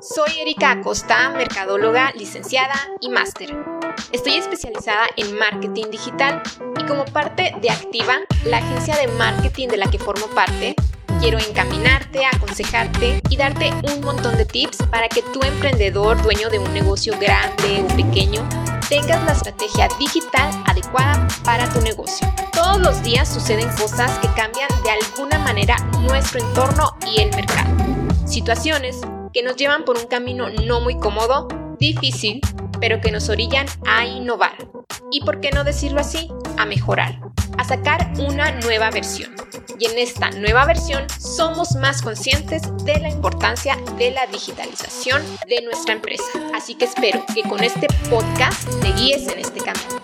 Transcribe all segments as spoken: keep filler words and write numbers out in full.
Soy Erika Acosta, mercadóloga, licenciada y máster. Estoy especializada en marketing digital y como parte de Activa, la agencia de marketing de la que formo parte, quiero encaminarte, aconsejarte y darte un montón de tips para que tu emprendedor, dueño de un negocio grande o pequeño, tengas la estrategia digital adecuada para tu negocio. Todos los días suceden cosas que cambian de alguna manera nuestro entorno y el mercado. Situaciones que nos llevan por un camino no muy cómodo, difícil, pero que nos orillan a innovar. Y por qué no decirlo así, a mejorar, a sacar una nueva versión. Y en esta nueva versión somos más conscientes de la importancia de la digitalización de nuestra empresa. Así que espero que con este podcast te guíes en este camino.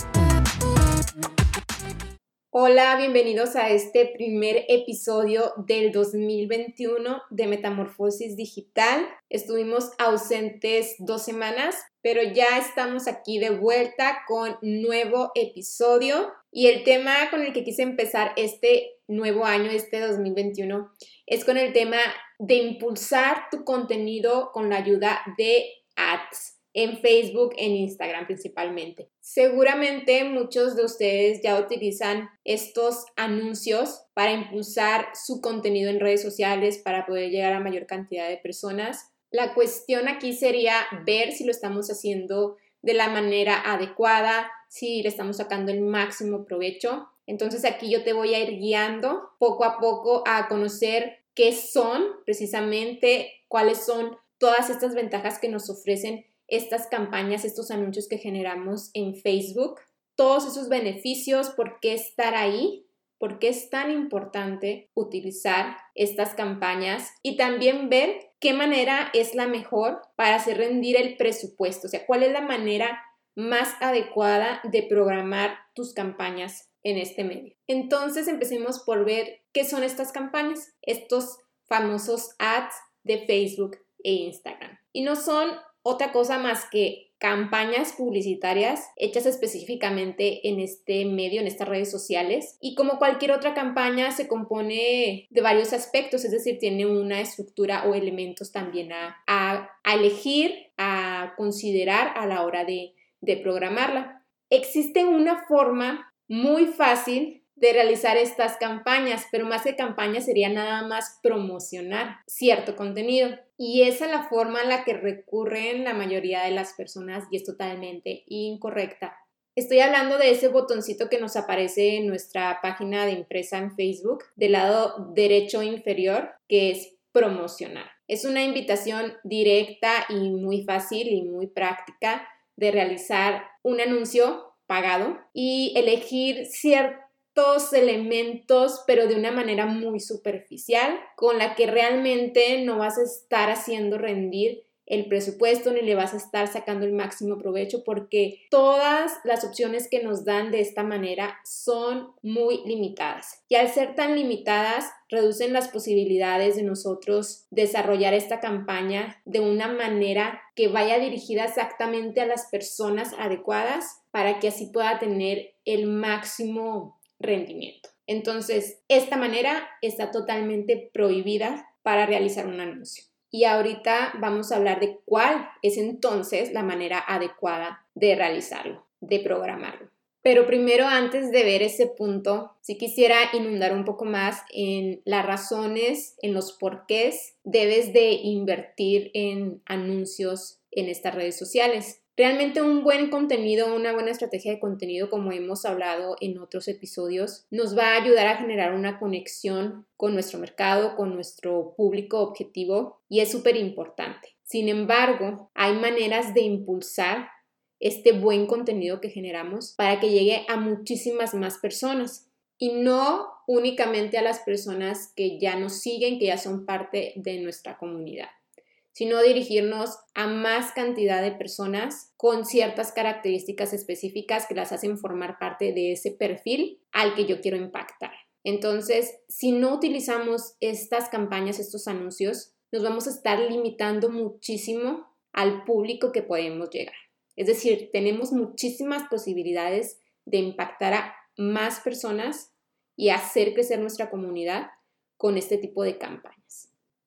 Hola, bienvenidos a este primer episodio del dos mil veintiuno de Metamorfosis Digital. Estuvimos ausentes dos semanas, pero ya estamos aquí de vuelta con nuevo episodio. Y el tema con el que quise empezar este nuevo año, este dos mil veintiuno, es con el tema de impulsar tu contenido con la ayuda de ads. En Facebook, en Instagram principalmente. Seguramente muchos de ustedes ya utilizan estos anuncios para impulsar su contenido en redes sociales para poder llegar a mayor cantidad de personas. La cuestión aquí sería ver si lo estamos haciendo de la manera adecuada, si le estamos sacando el máximo provecho. Entonces aquí yo te voy a ir guiando poco a poco a conocer qué son precisamente, cuáles son todas estas ventajas que nos ofrecen estas campañas, estos anuncios que generamos en Facebook, todos esos beneficios, por qué estar ahí, por qué es tan importante utilizar estas campañas y también ver qué manera es la mejor para hacer rendir el presupuesto, o sea, cuál es la manera más adecuada de programar tus campañas en este medio. Entonces empecemos por ver qué son estas campañas, estos famosos ads de Facebook e Instagram. Y no son otra cosa más que campañas publicitarias hechas específicamente en este medio, en estas redes sociales. Y como cualquier otra campaña se compone de varios aspectos, es decir, tiene una estructura o elementos también a, a, a elegir, a considerar a la hora de, de programarla. Existe una forma muy fácil de realizar estas campañas, pero más que campañas sería nada más promocionar cierto contenido. Y esa es la forma en la que recurren la mayoría de las personas y es totalmente incorrecta. Estoy hablando de ese botoncito que nos aparece en nuestra página de empresa en Facebook, del lado derecho inferior, que es promocionar. Es una invitación directa y muy fácil y muy práctica de realizar un anuncio pagado y elegir cierto elementos, pero de una manera muy superficial, con la que realmente no vas a estar haciendo rendir el presupuesto ni le vas a estar sacando el máximo provecho porque todas las opciones que nos dan de esta manera son muy limitadas. Y al ser tan limitadas, reducen las posibilidades de nosotros desarrollar esta campaña de una manera que vaya dirigida exactamente a las personas adecuadas para que así pueda tener el máximo rendimiento. Entonces, esta manera está totalmente prohibida para realizar un anuncio. Y ahorita vamos a hablar de cuál es entonces la manera adecuada de realizarlo, de programarlo. Pero primero, antes de ver ese punto, sí quisiera inundar un poco más en las razones, en los porqués debes de invertir en anuncios en estas redes sociales. Realmente un buen contenido, una buena estrategia de contenido, como hemos hablado en otros episodios, nos va a ayudar a generar una conexión con nuestro mercado, con nuestro público objetivo y es súper importante. Sin embargo, hay maneras de impulsar este buen contenido que generamos para que llegue a muchísimas más personas y no únicamente a las personas que ya nos siguen, que ya son parte de nuestra comunidad, sino dirigirnos a más cantidad de personas con ciertas características específicas que las hacen formar parte de ese perfil al que yo quiero impactar. Entonces, si no utilizamos estas campañas, estos anuncios, nos vamos a estar limitando muchísimo al público que podemos llegar. Es decir, tenemos muchísimas posibilidades de impactar a más personas y hacer crecer nuestra comunidad con este tipo de campañas.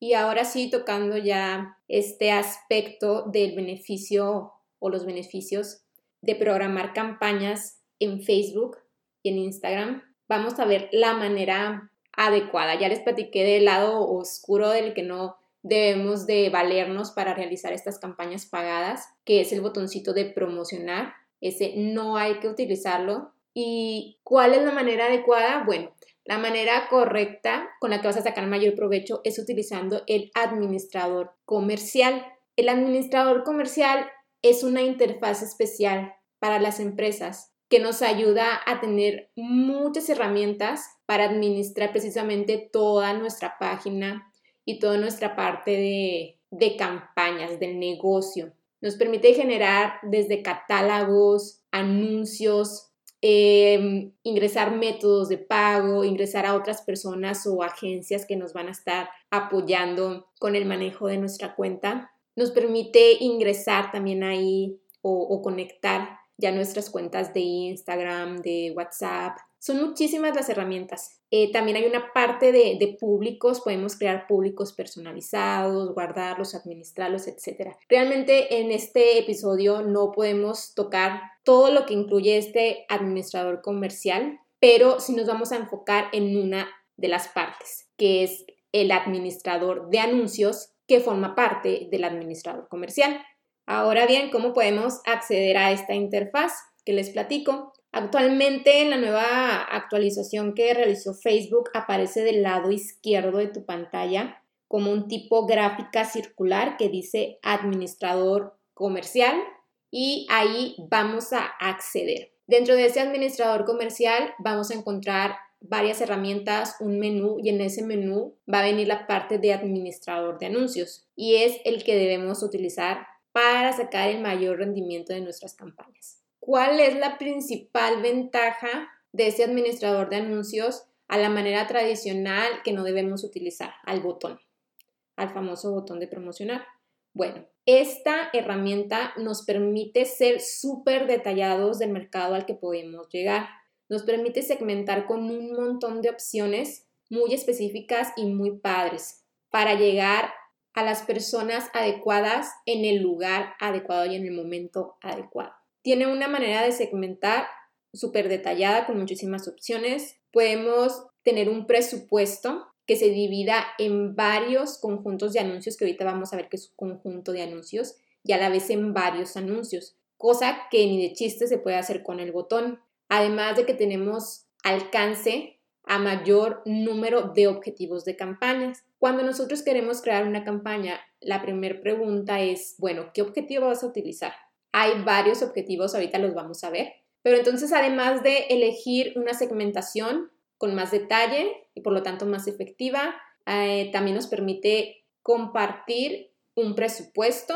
Y ahora sí, tocando ya este aspecto del beneficio o los beneficios de programar campañas en Facebook y en Instagram, vamos a ver la manera adecuada. Ya les platiqué del lado oscuro del que no debemos de valernos para realizar estas campañas pagadas, que es el botoncito de promocionar. Ese no hay que utilizarlo. ¿Y cuál es la manera adecuada? Bueno, la manera correcta con la que vas a sacar mayor provecho es utilizando el administrador comercial. El administrador comercial es una interfaz especial para las empresas que nos ayuda a tener muchas herramientas para administrar precisamente toda nuestra página y toda nuestra parte de, de campañas, del negocio. Nos permite generar desde catálogos, anuncios, eh, ingresar métodos de pago, ingresar a otras personas o agencias que nos van a estar apoyando con el manejo de nuestra cuenta. Nos permite ingresar también ahí o, o conectar ya nuestras cuentas de Instagram, de WhatsApp. Son muchísimas las herramientas. Eh, también hay una parte de, de públicos, podemos crear públicos personalizados, guardarlos, administrarlos, etcétera. Realmente en este episodio no podemos tocar todo lo que incluye este administrador comercial, pero sí nos vamos a enfocar en una de las partes, que es el administrador de anuncios, que forma parte del administrador comercial. Ahora bien, ¿cómo podemos acceder a esta interfaz que les platico? Actualmente en la nueva actualización que realizó Facebook aparece del lado izquierdo de tu pantalla como un tipo gráfica circular que dice administrador comercial y ahí vamos a acceder. Dentro de ese administrador comercial vamos a encontrar varias herramientas, un menú y en ese menú va a venir la parte de administrador de anuncios y es el que debemos utilizar para sacar el mayor rendimiento de nuestras campañas. ¿Cuál es la principal ventaja de ese administrador de anuncios a la manera tradicional que no debemos utilizar? Al botón, al famoso botón de promocionar. Bueno, esta herramienta nos permite ser súper detallados del mercado al que podemos llegar. Nos permite segmentar con un montón de opciones muy específicas y muy padres para llegar a las personas adecuadas en el lugar adecuado y en el momento adecuado. Tiene una manera de segmentar súper detallada con muchísimas opciones. Podemos tener un presupuesto que se divida en varios conjuntos de anuncios, que ahorita vamos a ver que es un conjunto de anuncios, y a la vez en varios anuncios, cosa que ni de chiste se puede hacer con el botón. Además de que tenemos alcance a mayor número de objetivos de campañas. Cuando nosotros queremos crear una campaña, la primera pregunta es, bueno, ¿qué objetivo vas a utilizar? Hay varios objetivos, ahorita los vamos a ver, pero entonces además de elegir una segmentación con más detalle y por lo tanto más efectiva, eh, también nos permite compartir un presupuesto,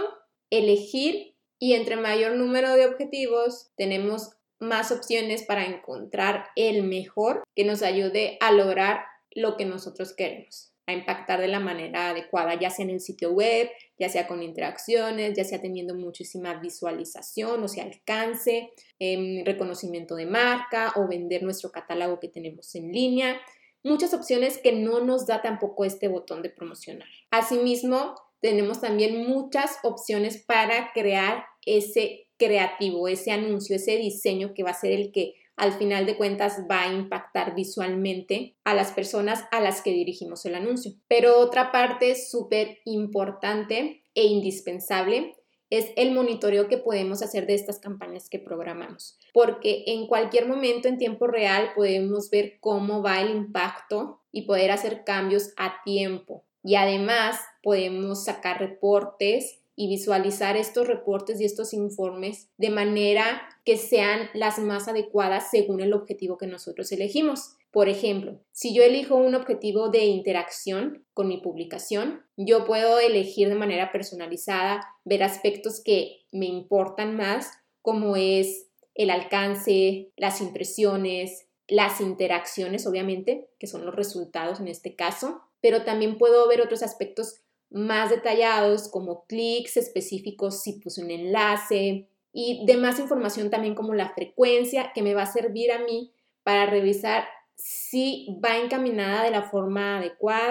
elegir y entre mayor número de objetivos tenemos más opciones para encontrar el mejor que nos ayude a lograr lo que nosotros queremos, a impactar de la manera adecuada, ya sea en el sitio web, ya sea con interacciones, ya sea teniendo muchísima visualización, o sea, alcance, eh, reconocimiento de marca o vender nuestro catálogo que tenemos en línea. Muchas opciones que no nos da tampoco este botón de promocionar. Asimismo, tenemos también muchas opciones para crear ese creativo, ese anuncio, ese diseño que va a ser el que al final de cuentas va a impactar visualmente a las personas a las que dirigimos el anuncio. Pero otra parte súper importante e indispensable es el monitoreo que podemos hacer de estas campañas que programamos, porque en cualquier momento en tiempo real podemos ver cómo va el impacto y poder hacer cambios a tiempo. Y además podemos sacar reportes y visualizar estos reportes y estos informes de manera que sean las más adecuadas según el objetivo que nosotros elegimos. Por ejemplo, si yo elijo un objetivo de interacción con mi publicación, yo puedo elegir de manera personalizada, ver aspectos que me importan más, como es el alcance, las impresiones, las interacciones, obviamente, que son los resultados en este caso, pero también puedo ver otros aspectos más detallados como clics específicos si puse un enlace y demás información también como la frecuencia que me va a servir a mí para revisar si va encaminada de la forma adecuada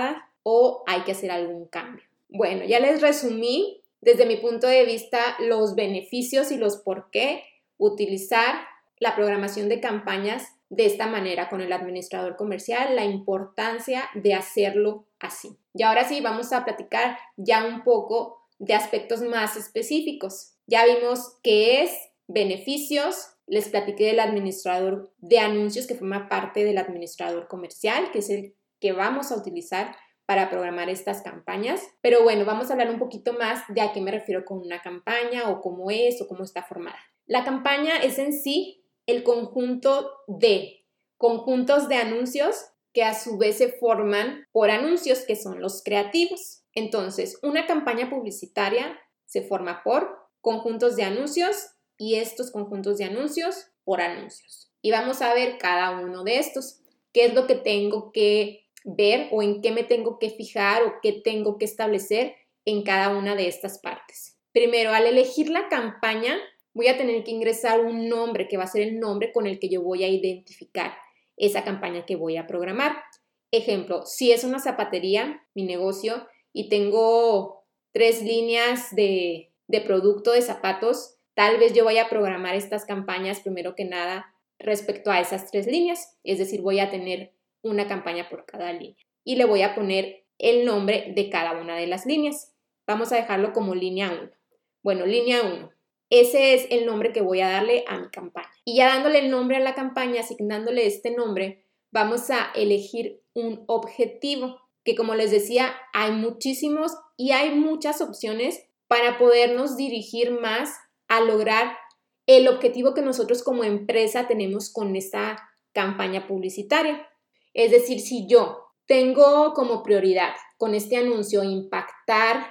o hay que hacer algún cambio. Bueno, ya les resumí desde mi punto de vista los beneficios y los por qué utilizar la programación de campañas de esta manera con el administrador comercial, la importancia de hacerlo así. Y ahora sí, vamos a platicar ya un poco de aspectos más específicos. Ya vimos qué es, beneficios, les platiqué del administrador de anuncios que forma parte del administrador comercial, que es el que vamos a utilizar para programar estas campañas. Pero bueno, vamos a hablar un poquito más de a qué me refiero con una campaña o cómo es o cómo está formada. La campaña es en sí el conjunto de conjuntos de anuncios que a su vez se forman por anuncios que son los creativos. Entonces, una campaña publicitaria se forma por conjuntos de anuncios y estos conjuntos de anuncios por anuncios. Y vamos a ver cada uno de estos. ¿Qué es lo que tengo que ver o en qué me tengo que fijar o qué tengo que establecer en cada una de estas partes? Primero, al elegir la campaña, voy a tener que ingresar un nombre que va a ser el nombre con el que yo voy a identificar esa campaña que voy a programar. Ejemplo, si es una zapatería, mi negocio, y tengo tres líneas de, de producto de zapatos, tal vez yo vaya a programar estas campañas primero que nada respecto a esas tres líneas. Es decir, voy a tener una campaña por cada línea y le voy a poner el nombre de cada una de las líneas. Vamos a dejarlo como línea uno. Bueno, línea uno. Ese es el nombre que voy a darle a mi campaña. Y ya dándole el nombre a la campaña, asignándole este nombre, vamos a elegir un objetivo, que como les decía, hay muchísimos y hay muchas opciones para podernos dirigir más a lograr el objetivo que nosotros como empresa tenemos con esta campaña publicitaria. Es decir, si yo tengo como prioridad con este anuncio impactar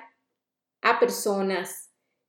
a personas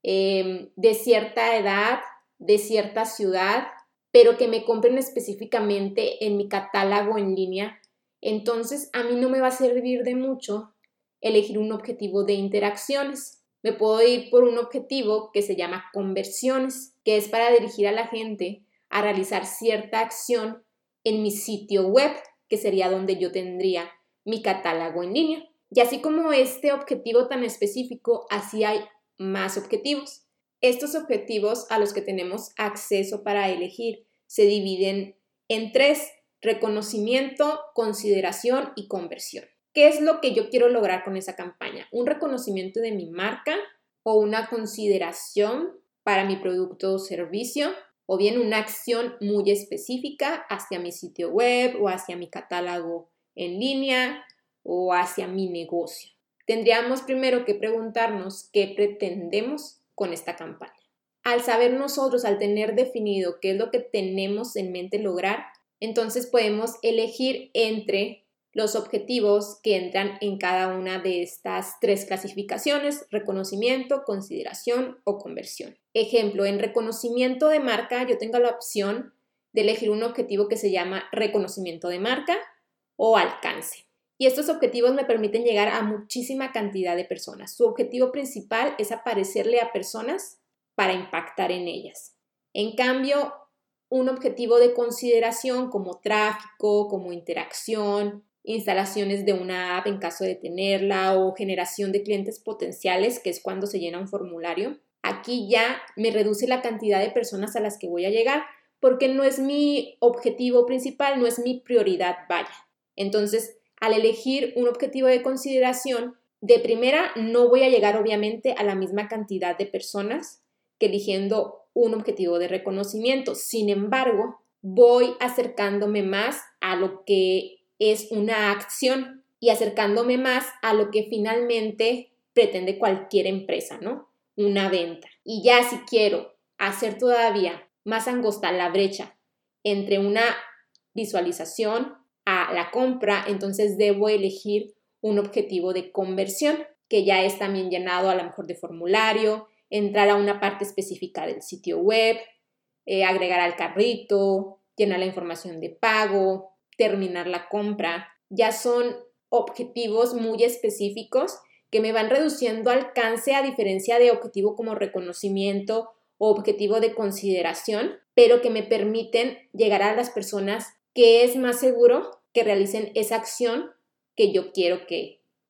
eh, de cierta edad, de cierta ciudad, pero que me compren específicamente en mi catálogo en línea, entonces a mí no me va a servir de mucho elegir un objetivo de interacciones. Me puedo ir por un objetivo que se llama conversiones, que es para dirigir a la gente a realizar cierta acción en mi sitio web, que sería donde yo tendría mi catálogo en línea. Y así como este objetivo tan específico, así hay más objetivos. Estos objetivos a los que tenemos acceso para elegir se dividen en tres: reconocimiento, consideración y conversión. ¿Qué es lo que yo quiero lograr con esa campaña? ¿Un reconocimiento de mi marca o una consideración para mi producto o servicio? O bien una acción muy específica hacia mi sitio web o hacia mi catálogo en línea o hacia mi negocio. Tendríamos primero que preguntarnos qué pretendemos con esta campaña. Al saber nosotros, al tener definido qué es lo que tenemos en mente lograr, entonces podemos elegir entre los objetivos que entran en cada una de estas tres clasificaciones: reconocimiento, consideración o conversión. Ejemplo, en reconocimiento de marca yo tengo la opción de elegir un objetivo que se llama reconocimiento de marca o alcance. Y estos objetivos me permiten llegar a muchísima cantidad de personas. Su objetivo principal es aparecerle a personas para impactar en ellas. En cambio, un objetivo de consideración como tráfico, como interacción, instalaciones de una app en caso de tenerla o generación de clientes potenciales, que es cuando se llena un formulario. Aquí ya me reduce la cantidad de personas a las que voy a llegar porque no es mi objetivo principal, no es mi prioridad, vaya. Entonces, al elegir un objetivo de consideración, de primera no voy a llegar obviamente a la misma cantidad de personas que eligiendo un objetivo de reconocimiento. Sin embargo, voy acercándome más a lo que es una acción y acercándome más a lo que finalmente pretende cualquier empresa, ¿no? Una venta. Y ya si quiero hacer todavía más angosta la brecha entre una visualización a la compra, entonces debo elegir un objetivo de conversión, que ya es también llenado a lo mejor de formulario, entrar a una parte específica del sitio web, eh, agregar al carrito, llenar la información de pago, terminar la compra. Ya son objetivos muy específicos que me van reduciendo alcance a diferencia de objetivo como reconocimiento o objetivo de consideración, pero que me permiten llegar a las personas que es más seguro que realicen esa acción que yo quiero que,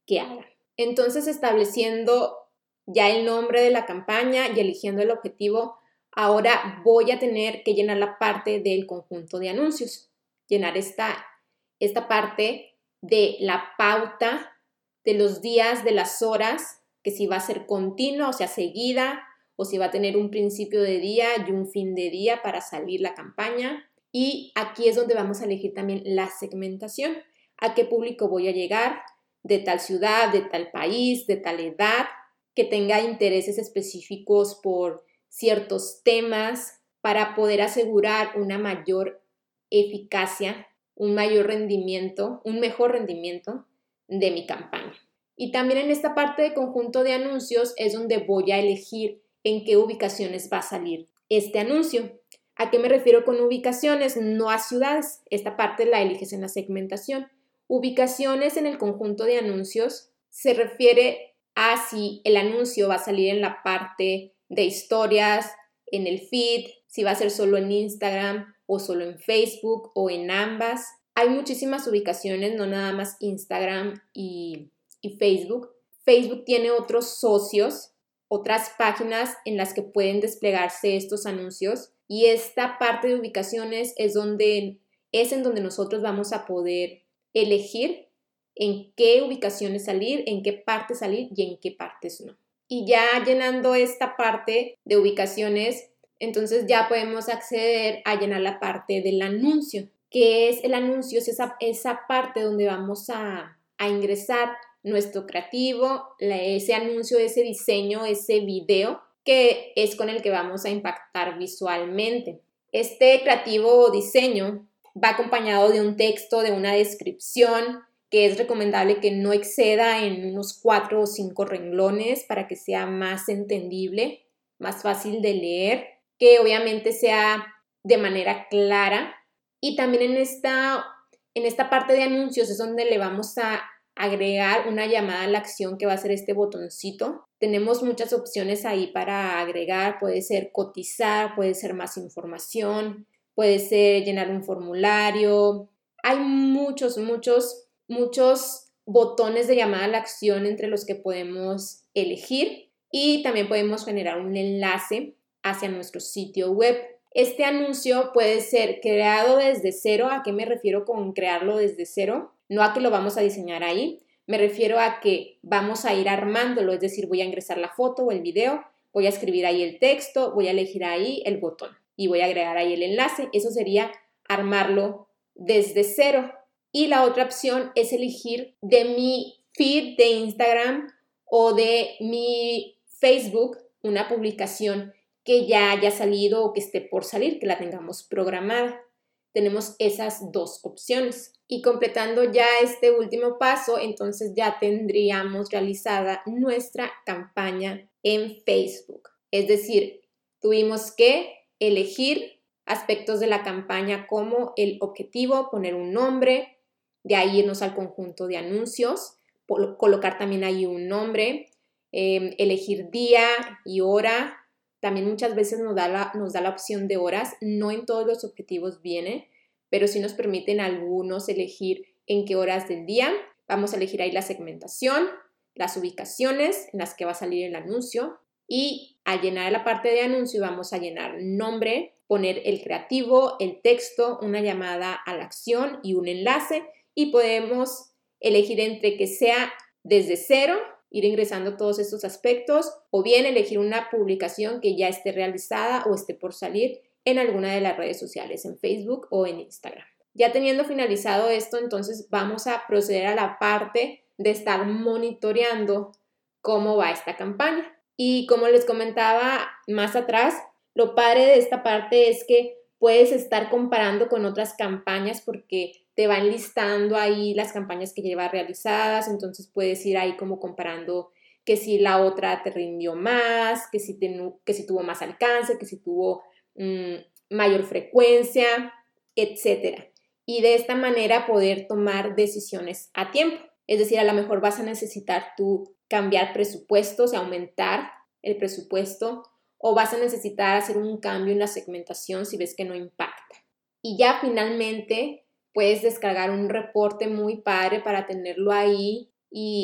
que hagan. Entonces, estableciendo ya el nombre de la campaña y eligiendo el objetivo, ahora voy a tener que llenar la parte del conjunto de anuncios, llenar esta, esta parte de la pauta de los días, de las horas, que si va a ser continua, o sea, seguida, o si va a tener un principio de día y un fin de día para salir la campaña. Y aquí es donde vamos a elegir también la segmentación. ¿A qué público voy a llegar? De tal ciudad, de tal país, de tal edad, que tenga intereses específicos por ciertos temas para poder asegurar una mayor eficacia, un mayor rendimiento, un mejor rendimiento de mi campaña. Y también en esta parte de conjunto de anuncios es donde voy a elegir en qué ubicaciones va a salir este anuncio. ¿A qué me refiero con ubicaciones? No a ciudades. Esta parte la eliges en la segmentación. Ubicaciones en el conjunto de anuncios se refiere a si el anuncio va a salir en la parte de historias, en el feed, si va a ser solo en Instagram o solo en Facebook o en ambas. Hay muchísimas ubicaciones, no nada más Instagram y, y Facebook. Facebook tiene otros socios, otras páginas en las que pueden desplegarse estos anuncios, y esta parte de ubicaciones es, donde, es en donde nosotros vamos a poder elegir en qué ubicaciones salir, en qué partes salir y en qué partes no. Y ya llenando esta parte de ubicaciones, entonces ya podemos acceder a llenar la parte del anuncio. ¿Qué es el anuncio? Es esa, esa parte donde vamos a, a ingresar nuestro creativo, la, ese anuncio, ese diseño, ese video que es con el que vamos a impactar visualmente. Este creativo o diseño va acompañado de un texto, de una descripción, que es recomendable que no exceda en unos cuatro o cinco renglones para que sea más entendible, más fácil de leer, que obviamente sea de manera clara. Y también en esta, en esta parte de anuncios es donde le vamos a agregar una llamada a la acción, que va a ser este botoncito. Tenemos muchas opciones ahí para agregar, puede ser cotizar, puede ser más información, puede ser llenar un formulario. Hay muchos, muchos, muchos botones de llamada a la acción entre los que podemos elegir, y también podemos generar un enlace hacia nuestro sitio web. Este anuncio puede ser creado desde cero. ¿A qué me refiero con crearlo desde cero? No a que lo vamos a diseñar ahí, me refiero a que vamos a ir armándolo, es decir, voy a ingresar la foto o el video, voy a escribir ahí el texto, voy a elegir ahí el botón y voy a agregar ahí el enlace. Eso sería armarlo desde cero. Y la otra opción es elegir de mi feed de Instagram o de mi Facebook una publicación que ya haya salido o que esté por salir, que la tengamos programada. Tenemos esas dos opciones. Y completando ya este último paso, entonces ya tendríamos realizada nuestra campaña en Facebook. Es decir, tuvimos que elegir aspectos de la campaña como el objetivo, poner un nombre, de ahí irnos al conjunto de anuncios, colocar también ahí un nombre, eh, elegir día y hora. También muchas veces nos da, la, nos da la opción de horas, no en todos los objetivos viene, pero sí nos permiten algunos elegir en qué horas del día. Vamos a elegir ahí la segmentación, las ubicaciones en las que va a salir el anuncio, y al llenar la parte de anuncio vamos a llenar nombre, poner el creativo, el texto, una llamada a la acción y un enlace, y podemos elegir entre que sea desde cero, ir ingresando todos estos aspectos, o bien elegir una publicación que ya esté realizada o esté por salir en alguna de las redes sociales, en Facebook o en Instagram. Ya teniendo finalizado esto, entonces vamos a proceder a la parte de estar monitoreando cómo va esta campaña. Y como les comentaba más atrás, lo padre de esta parte es que puedes estar comparando con otras campañas porque te van listando ahí las campañas que llevas realizadas, entonces puedes ir ahí como comparando que si la otra te rindió más, que si, te, que si tuvo más alcance, que si tuvo mmm, mayor frecuencia, etcétera. Y de esta manera poder tomar decisiones a tiempo. Es decir, a lo mejor vas a necesitar tú cambiar presupuestos, aumentar el presupuesto, o vas a necesitar hacer un cambio en la segmentación si ves que no impacta. Y ya finalmente puedes descargar un reporte muy padre para tenerlo ahí y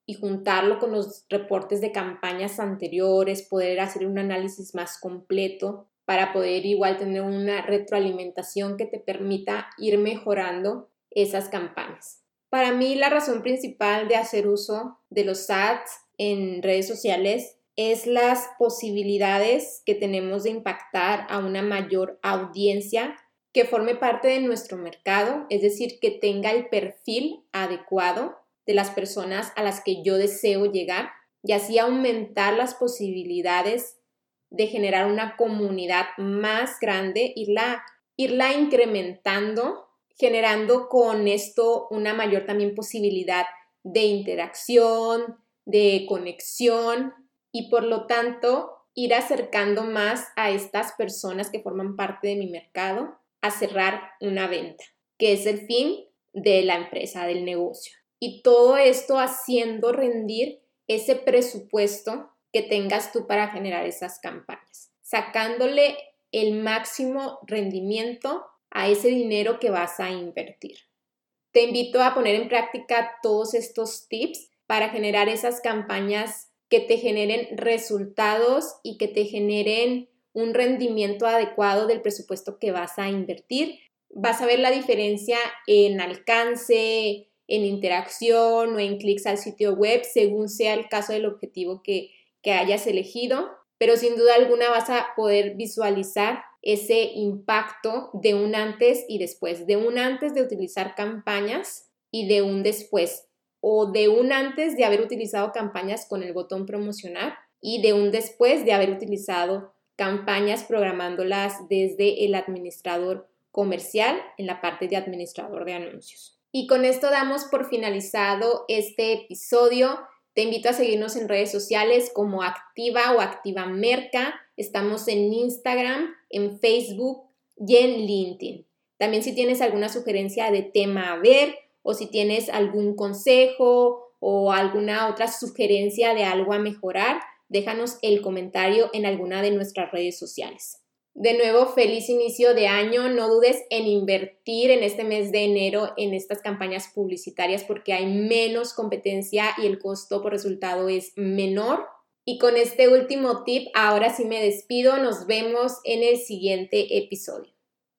y juntarlo con los reportes de campañas anteriores, poder hacer un análisis más completo para poder igual tener una retroalimentación que te permita ir mejorando esas campañas. Para mí la razón principal de hacer uso de los ads en redes sociales es las posibilidades que tenemos de impactar a una mayor audiencia que forme parte de nuestro mercado, es decir, que tenga el perfil adecuado de las personas a las que yo deseo llegar y así aumentar las posibilidades de generar una comunidad más grande, irla, irla incrementando, generando con esto una mayor también posibilidad de interacción, de conexión y por lo tanto ir acercando más a estas personas que forman parte de mi mercado a cerrar una venta, que es el fin de la empresa, del negocio. Y todo esto haciendo rendir ese presupuesto que tengas tú para generar esas campañas, sacándole el máximo rendimiento a ese dinero que vas a invertir. Te invito a poner en práctica todos estos tips para generar esas campañas que te generen resultados y que te generen un rendimiento adecuado del presupuesto que vas a invertir. Vas a ver la diferencia en alcance, en interacción o en clics al sitio web, según sea el caso del objetivo que, que hayas elegido, pero sin duda alguna vas a poder visualizar ese impacto de un antes y después, de un antes de utilizar campañas y de un después, o de un antes de haber utilizado campañas con el botón promocionar y de un después de haber utilizado campañas programándolas desde el administrador comercial en la parte de administrador de anuncios. Y con esto damos por finalizado este episodio. Te invito a seguirnos en redes sociales como Activa o Activa Merca. Estamos en Instagram, en Facebook y en LinkedIn. También si tienes alguna sugerencia de tema a ver o si tienes algún consejo o alguna otra sugerencia de algo a mejorar, déjanos el comentario en alguna de nuestras redes sociales. De nuevo, feliz inicio de año. No dudes en invertir en este mes de enero en estas campañas publicitarias porque hay menos competencia y el costo por resultado es menor. Y con este último tip, ahora sí me despido. Nos vemos en el siguiente episodio.